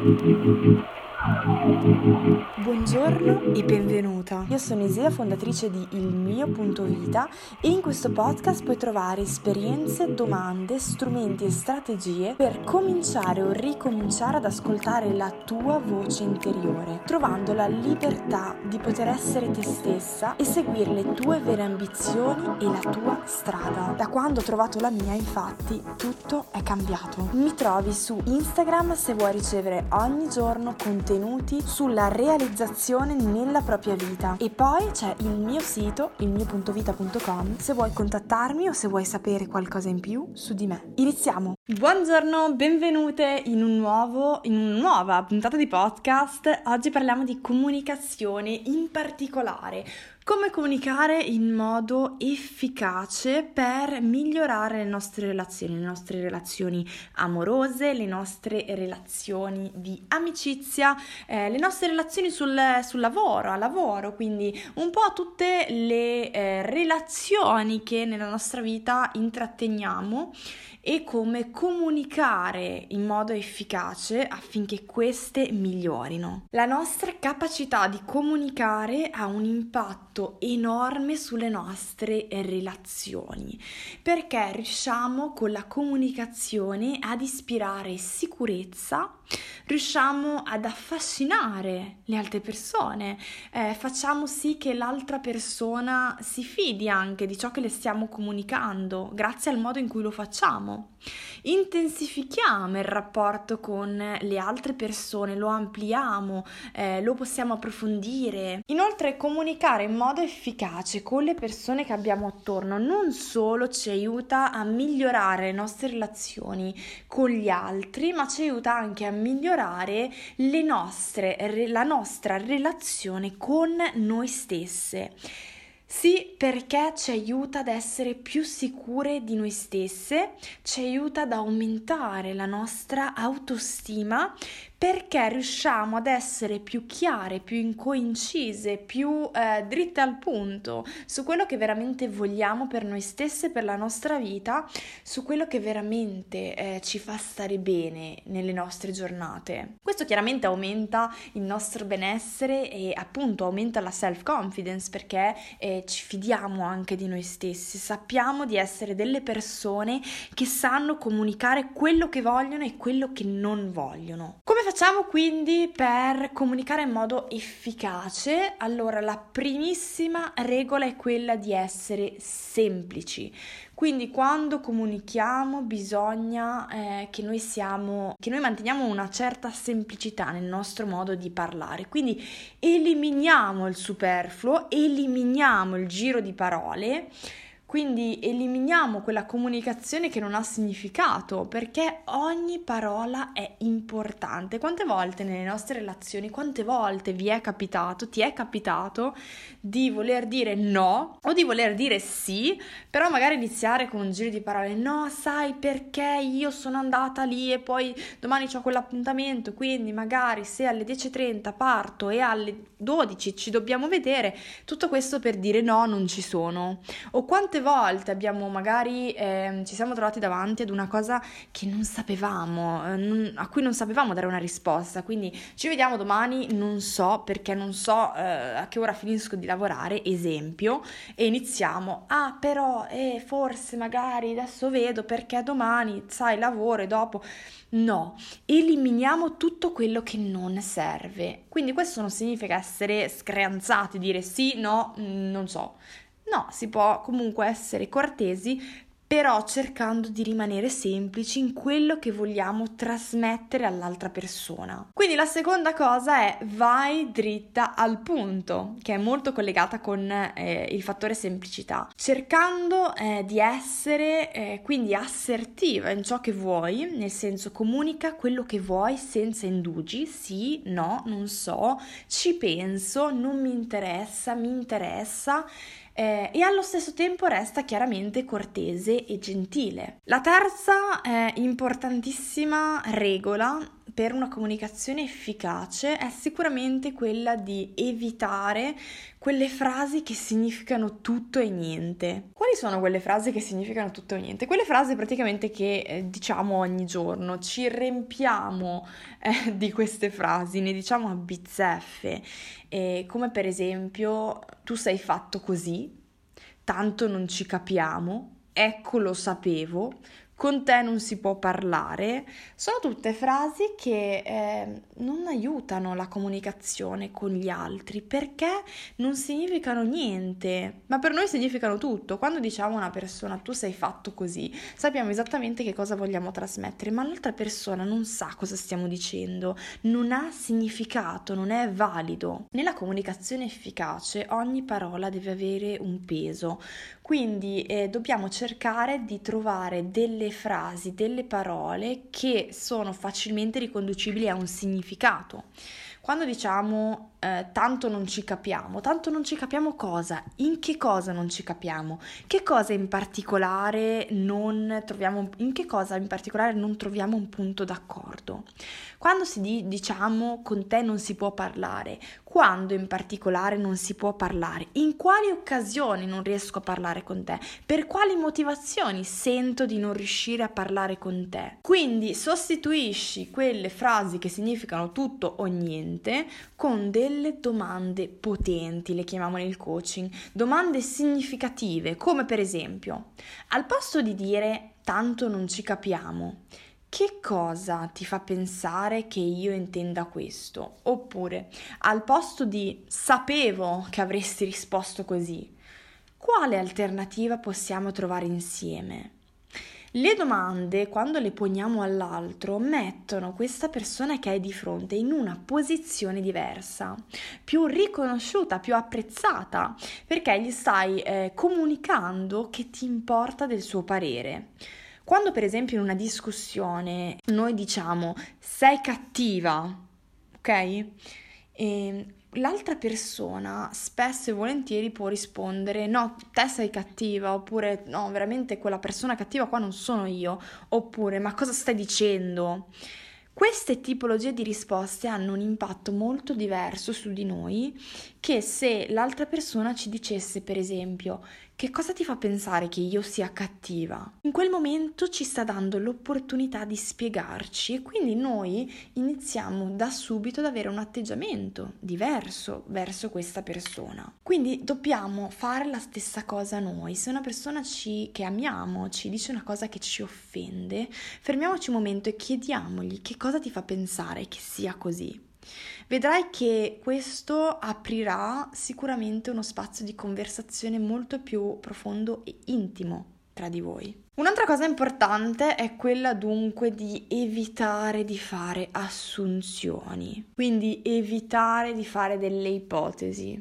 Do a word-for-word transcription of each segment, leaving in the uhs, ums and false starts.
Buongiorno e benvenuta. Io sono Isia, fondatrice di Il Mio Punto Vita, e in questo podcast puoi trovare esperienze, domande, strumenti e strategie per cominciare o ricominciare ad ascoltare la tua voce interiore, trovando la libertà di poter essere te stessa e seguire le tue vere ambizioni e la tua strada. Da quando ho trovato la mia, infatti, tutto è cambiato. Mi trovi su Instagram se vuoi ricevere ogni giorno contenuti sulla realizzazione nella propria vita, e poi c'è il mio sito il mio punto vita punto com se vuoi contattarmi o se vuoi sapere qualcosa in più su di me. Iniziamo! Buongiorno, benvenute in un nuovo in una nuova puntata di podcast. Oggi parliamo di comunicazione, in particolare come comunicare in modo efficace per migliorare le nostre relazioni, le nostre relazioni amorose, le nostre relazioni di amicizia, eh, le nostre relazioni sul, sul lavoro, a lavoro, quindi un po' tutte le eh, relazioni che nella nostra vita intratteniamo e come comunicare in modo efficace affinché queste migliorino. La nostra capacità di comunicare ha un impatto enorme sulle nostre relazioni, perché riusciamo con la comunicazione ad ispirare sicurezza, riusciamo ad affascinare le altre persone, eh, facciamo sì che l'altra persona si fidi anche di ciò che le stiamo comunicando grazie al modo in cui lo facciamo. Intensifichiamo il rapporto con le altre persone, lo ampliamo, eh, lo possiamo approfondire. Inoltre, comunicare in modo efficace con le persone che abbiamo attorno non solo ci aiuta a migliorare le nostre relazioni con gli altri, ma ci aiuta anche a migliorare le nostre, la nostra relazione con noi stesse. Sì, perché ci aiuta ad essere più sicure di noi stesse, ci aiuta ad aumentare la nostra autostima, perché riusciamo ad essere più chiare, più concise, più eh, dritte al punto su quello che veramente vogliamo per noi stesse, per la nostra vita, su quello che veramente eh, ci fa stare bene nelle nostre giornate. Questo chiaramente aumenta il nostro benessere e appunto aumenta la self-confidence, perché eh, ci fidiamo anche di noi stessi, sappiamo di essere delle persone che sanno comunicare quello che vogliono e quello che non vogliono. Come facciamo quindi per comunicare in modo efficace? Allora, la primissima regola è quella di essere semplici. Quindi quando comunichiamo bisogna eh, che noi siamo, che noi manteniamo una certa semplicità nel nostro modo di parlare. Quindi eliminiamo il superfluo, eliminiamo il giro di parole. Quindi eliminiamo quella comunicazione che non ha significato, perché ogni parola è importante. Quante volte nelle nostre relazioni, quante volte vi è capitato, ti è capitato di voler dire no o di voler dire sì, però magari iniziare con un giro di parole: no, sai perché io sono andata lì e poi domani c'ho quell'appuntamento, quindi magari se alle dieci e trenta parto e alle dodici ci dobbiamo vedere, tutto questo per dire no, non ci sono. O quante volte abbiamo magari eh, ci siamo trovati davanti ad una cosa che non sapevamo, eh, non, a cui non sapevamo dare una risposta, quindi ci vediamo domani, non so perché non so eh, a che ora finisco di lavorare, esempio, e iniziamo: ah però eh, forse magari adesso vedo perché domani sai lavoro e dopo. No, eliminiamo tutto quello che non serve. Quindi questo non significa essere screanzati, dire sì, no, non so. No, si può comunque essere cortesi, però cercando di rimanere semplici in quello che vogliamo trasmettere all'altra persona. Quindi la seconda cosa è: vai dritta al punto, che è molto collegata con eh, il fattore semplicità, cercando eh, di essere eh, quindi assertiva in ciò che vuoi, nel senso comunica quello che vuoi senza indugi, sì, no, non so, ci penso, non mi interessa, mi interessa. Eh, e allo stesso tempo resta chiaramente cortese e gentile. La terza eh, importantissima regola per una comunicazione efficace è sicuramente quella di evitare quelle frasi che significano tutto e niente. Quali sono quelle frasi che significano tutto e niente? Quelle frasi praticamente che eh, diciamo ogni giorno, ci riempiamo eh, di queste frasi, ne diciamo a bizzeffe, eh, come per esempio tu sei fatto così, tanto non ci capiamo, ecco lo sapevo, con te non si può parlare. Sono tutte frasi che eh, non aiutano la comunicazione con gli altri perché non significano niente, ma per noi significano tutto. Quando diciamo a una persona tu sei fatto così, sappiamo esattamente che cosa vogliamo trasmettere, ma l'altra persona non sa cosa stiamo dicendo, non ha significato, non è valido. Nella comunicazione efficace ogni parola deve avere un peso, quindi eh, dobbiamo cercare di trovare delle frasi, delle parole che sono facilmente riconducibili a un significato. Quando diciamo eh, tanto non ci capiamo, tanto non ci capiamo cosa? In che cosa non ci capiamo? Che cosa in particolare non troviamo, in che cosa in particolare non troviamo un punto d'accordo? Quando si di, diciamo con te non si può parlare, quando in particolare non si può parlare? In quali occasioni non riesco a parlare con te? Per quali motivazioni sento di non riuscire a parlare con te? Quindi sostituisci quelle frasi che significano tutto o niente con delle domande potenti, le chiamiamo nel coaching, domande significative, come per esempio, al posto di dire tanto non ci capiamo, che cosa ti fa pensare che io intenda questo? Oppure, al posto di sapevo che avresti risposto così, quale alternativa possiamo trovare insieme? Le domande, quando le poniamo all'altro, mettono questa persona che hai di fronte in una posizione diversa, più riconosciuta, più apprezzata, perché gli stai eh, comunicando che ti importa del suo parere. Quando per esempio in una discussione noi diciamo sei cattiva, ok? E l'altra persona spesso e volentieri può rispondere no, te sei cattiva, oppure no, veramente quella persona cattiva qua non sono io, oppure ma cosa stai dicendo? Queste tipologie di risposte hanno un impatto molto diverso su di noi che se l'altra persona ci dicesse, per esempio, che cosa ti fa pensare che io sia cattiva? In quel momento ci sta dando l'opportunità di spiegarci e quindi noi iniziamo da subito ad avere un atteggiamento diverso verso questa persona. Quindi dobbiamo fare la stessa cosa noi. Se una persona ci, che amiamo ci dice una cosa che ci offende, fermiamoci un momento e chiediamogli che cosa ti fa pensare che sia così. Vedrai che questo aprirà sicuramente uno spazio di conversazione molto più profondo e intimo tra di voi. Un'altra cosa importante è quella dunque di evitare di fare assunzioni, quindi evitare di fare delle ipotesi.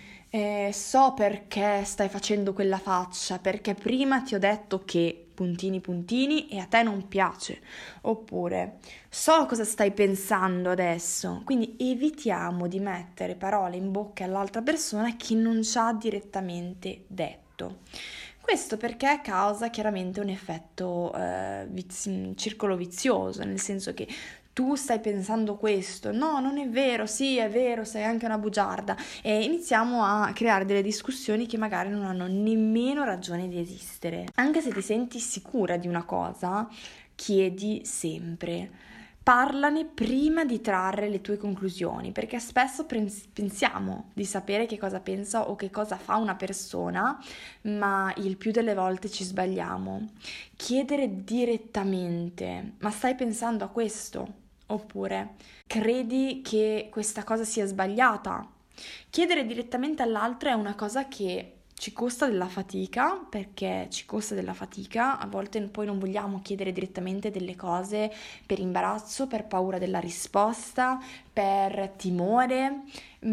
Eh, so perché stai facendo quella faccia, perché prima ti ho detto che puntini puntini e a te non piace, oppure so cosa stai pensando adesso, quindi evitiamo di mettere parole in bocca all'altra persona che non ci ha direttamente detto. Questo perché causa chiaramente un effetto eh, viz- circolo vizioso, nel senso che tu stai pensando questo, no, non è vero, sì, è vero, sei anche una bugiarda, e iniziamo a creare delle discussioni che magari non hanno nemmeno ragione di esistere. Anche se ti senti sicura di una cosa, chiedi sempre, parlane prima di trarre le tue conclusioni, perché spesso pensiamo di sapere che cosa pensa o che cosa fa una persona, ma il più delle volte ci sbagliamo. Chiedere direttamente, ma stai pensando a questo? Oppure credi che questa cosa sia sbagliata? Chiedere direttamente all'altro è una cosa che ci costa della fatica, perché ci costa della fatica, a volte poi non vogliamo chiedere direttamente delle cose per imbarazzo, per paura della risposta, per timore,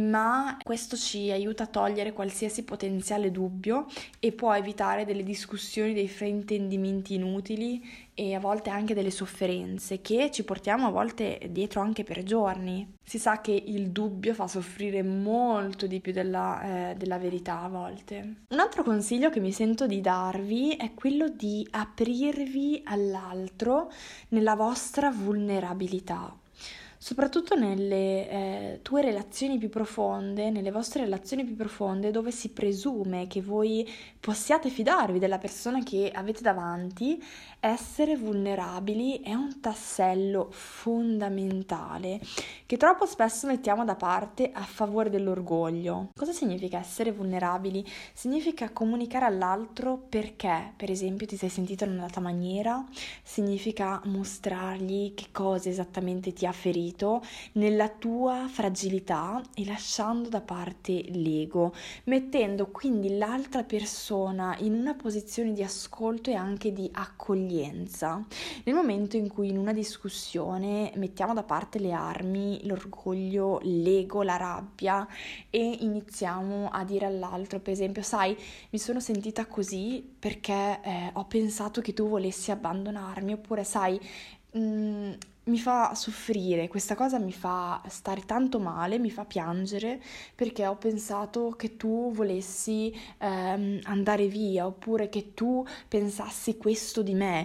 ma questo ci aiuta a togliere qualsiasi potenziale dubbio e può evitare delle discussioni, dei fraintendimenti inutili e a volte anche delle sofferenze che ci portiamo a volte dietro anche per giorni. Si sa che il dubbio fa soffrire molto di più della, eh, della verità a volte. Un altro consiglio che mi sento di darvi è quello di aprirvi all'altro nella vostra vulnerabilità. soprattutto nelle eh, tue relazioni più profonde, nelle vostre relazioni più profonde, dove si presume che voi possiate fidarvi della persona che avete davanti. Essere vulnerabili è un tassello fondamentale che troppo spesso mettiamo da parte a favore dell'orgoglio. Cosa significa essere vulnerabili? Significa comunicare all'altro perché, per esempio, ti sei sentito in una data maniera, significa mostrargli che cosa esattamente ti ha ferito nella tua fragilità e lasciando da parte l'ego, mettendo quindi l'altra persona in una posizione di ascolto e anche di accoglienza. Nel momento in cui in una discussione mettiamo da parte le armi, l'orgoglio, l'ego, la rabbia e iniziamo a dire all'altro, per esempio, sai, mi sono sentita così perché eh, ho pensato che tu volessi abbandonarmi, oppure sai, mh, mi fa soffrire, questa cosa mi fa stare tanto male, mi fa piangere perché ho pensato che tu volessi ehm, andare via, oppure che tu pensassi questo di me.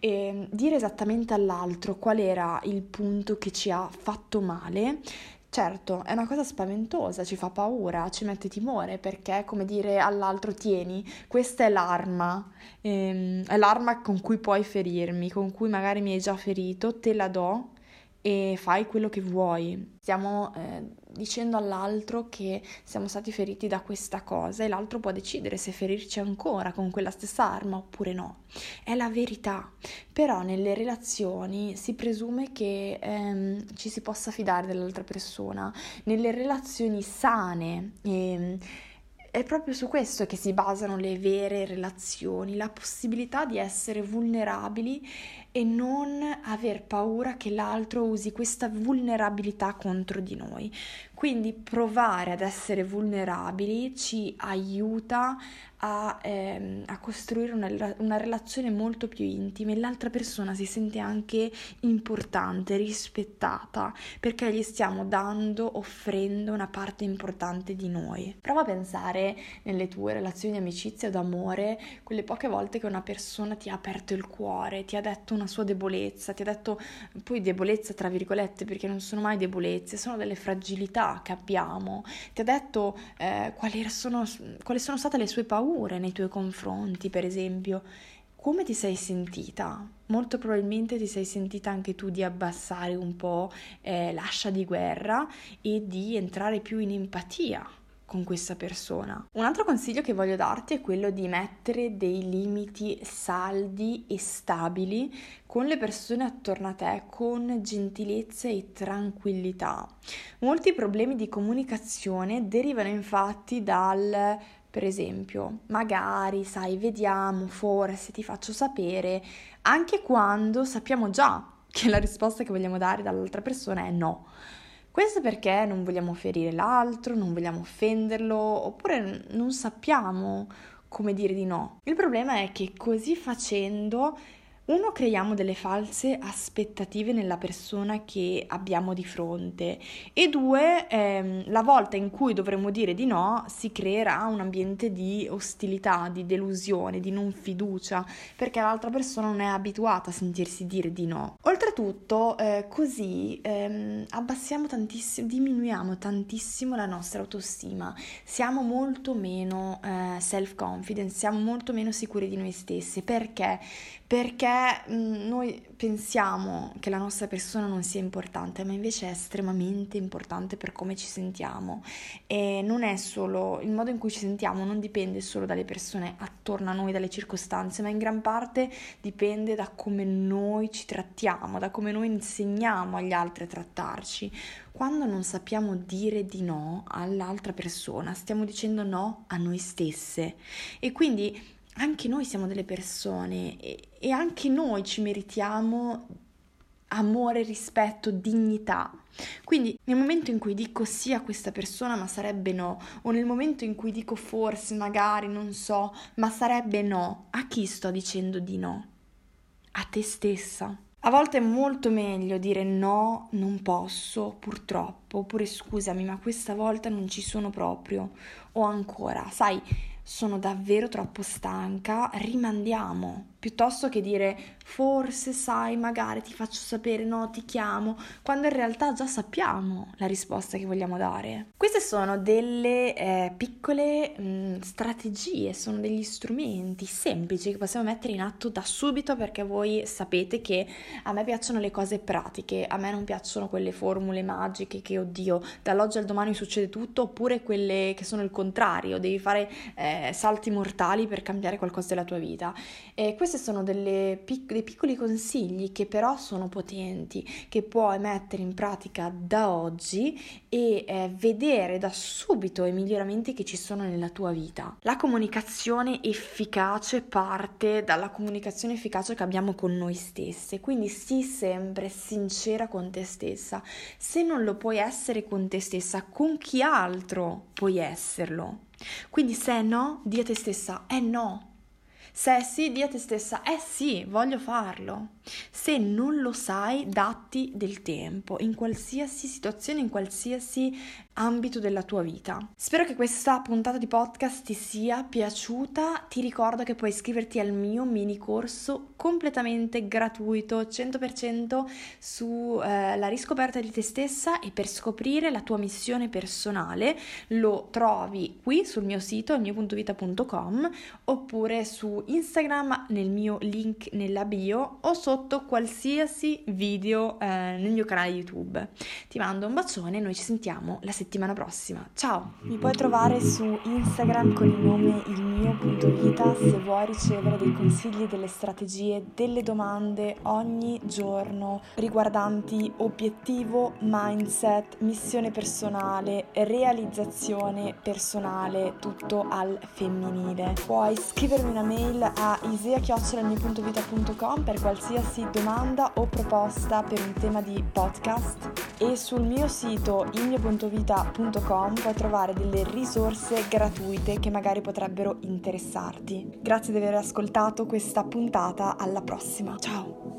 E dire esattamente all'altro qual era il punto che ci ha fatto male. Certo, è una cosa spaventosa, ci fa paura, ci mette timore, perché è come dire all'altro: tieni, questa è l'arma, ehm, è l'arma con cui puoi ferirmi, con cui magari mi hai già ferito, te la do e fai quello che vuoi. Stiamo eh, dicendo all'altro che siamo stati feriti da questa cosa e l'altro può decidere se ferirci ancora con quella stessa arma oppure no. È la verità. Però nelle relazioni si presume che ehm, ci si possa fidare dell'altra persona. Nelle relazioni sane ehm, è proprio su questo che si basano le vere relazioni, la possibilità di essere vulnerabili e non aver paura che l'altro usi questa vulnerabilità contro di noi. Quindi provare ad essere vulnerabili ci aiuta a, ehm, a costruire una, una relazione molto più intima e l'altra persona si sente anche importante, rispettata, perché gli stiamo dando, offrendo una parte importante di noi. Prova a pensare nelle tue relazioni di amicizia o d'amore, quelle poche volte che una persona ti ha aperto il cuore, ti ha detto una sua debolezza, ti ha detto poi debolezza tra virgolette, perché non sono mai debolezze, sono delle fragilità che abbiamo, ti ha detto eh, quali sono, quali sono state le sue paure nei tuoi confronti, per esempio. Come ti sei sentita? Molto probabilmente ti sei sentita anche tu di abbassare un po' eh, l'ascia di guerra e di entrare più in empatia con questa persona. Un altro consiglio che voglio darti è quello di mettere dei limiti saldi e stabili con le persone attorno a te, con gentilezza e tranquillità. Molti problemi di comunicazione derivano infatti dal, per esempio, magari, sai, vediamo, forse, ti faccio sapere, anche quando sappiamo già che la risposta che vogliamo dare dall'altra persona è no. Questo perché non vogliamo ferire l'altro, non vogliamo offenderlo, oppure non sappiamo come dire di no. Il problema è che così facendo, uno, creiamo delle false aspettative nella persona che abbiamo di fronte e due, ehm, la volta in cui dovremo dire di no si creerà un ambiente di ostilità, di delusione, di non fiducia, perché l'altra persona non è abituata a sentirsi dire di no. Oltretutto, eh, così ehm, abbassiamo tantissimo, diminuiamo tantissimo la nostra autostima, siamo molto meno eh, self-confident, siamo molto meno sicuri di noi stessi. Perché? Perché mh, noi pensiamo che la nostra persona non sia importante, ma invece è estremamente importante per come ci sentiamo. E non è solo, il modo in cui ci sentiamo non dipende solo dalle persone attorno a noi, dalle circostanze, ma in gran parte dipende da come noi ci trattiamo, da come noi insegniamo agli altri a trattarci. Quando non sappiamo dire di no all'altra persona, stiamo dicendo no a noi stesse. E quindi anche noi siamo delle persone e, e anche noi ci meritiamo amore, rispetto, dignità. Quindi nel momento in cui dico sì a questa persona ma sarebbe no, o nel momento in cui dico forse, magari, non so, ma sarebbe no, a chi sto dicendo di no? A te stessa. A volte è molto meglio dire no, non posso, purtroppo, oppure scusami, ma questa volta non ci sono proprio, o ancora, sai, sono davvero troppo stanca, rimandiamo. piuttosto che dire forse, sai, magari ti faccio sapere, no, ti chiamo, quando in realtà già sappiamo la risposta che vogliamo dare. Queste sono delle eh, piccole mh, strategie, sono degli strumenti semplici che possiamo mettere in atto da subito, perché voi sapete che a me piacciono le cose pratiche, a me non piacciono quelle formule magiche che, oddio, dall'oggi al domani succede tutto, oppure quelle che sono il contrario, devi fare eh, salti mortali per cambiare qualcosa della tua vita. E queste sono delle pic- dei piccoli consigli che però sono potenti, che puoi mettere in pratica da oggi e eh, vedere da subito i miglioramenti che ci sono nella tua vita. La comunicazione efficace parte dalla comunicazione efficace che abbiamo con noi stesse, quindi sii sempre sincera con te stessa. Se non lo puoi essere con te stessa, con chi altro puoi esserlo? Quindi se è no, di a te stessa è no. Se è sì, di a te stessa, eh sì, voglio farlo. Se non lo sai, datti del tempo, in qualsiasi situazione, in qualsiasi ambito della tua vita. Spero che questa puntata di podcast ti sia piaciuta. Ti ricordo che puoi iscriverti al mio mini corso completamente gratuito, cento per cento sulla eh, riscoperta di te stessa e per scoprire la tua missione personale. Lo trovi qui sul mio sito, il mio punto vita punto com, oppure su Instagram nel mio link nella bio o sotto qualsiasi video eh, nel mio canale YouTube. Ti mando un bacione e noi ci sentiamo la settimana prossima. Ciao! Mi puoi trovare su Instagram con il nome il mio punto vita se vuoi ricevere dei consigli, delle strategie, delle domande ogni giorno riguardanti obiettivo, mindset, missione personale, realizzazione personale, tutto al femminile. Puoi scrivermi una mail a isea chiocciola il mio punto vita punto com per qualsiasi domanda o proposta per un tema di podcast, e sul mio sito il mio punto vita punto com puoi trovare delle risorse gratuite che magari potrebbero interessarti. Grazie di aver ascoltato questa puntata, alla prossima, ciao!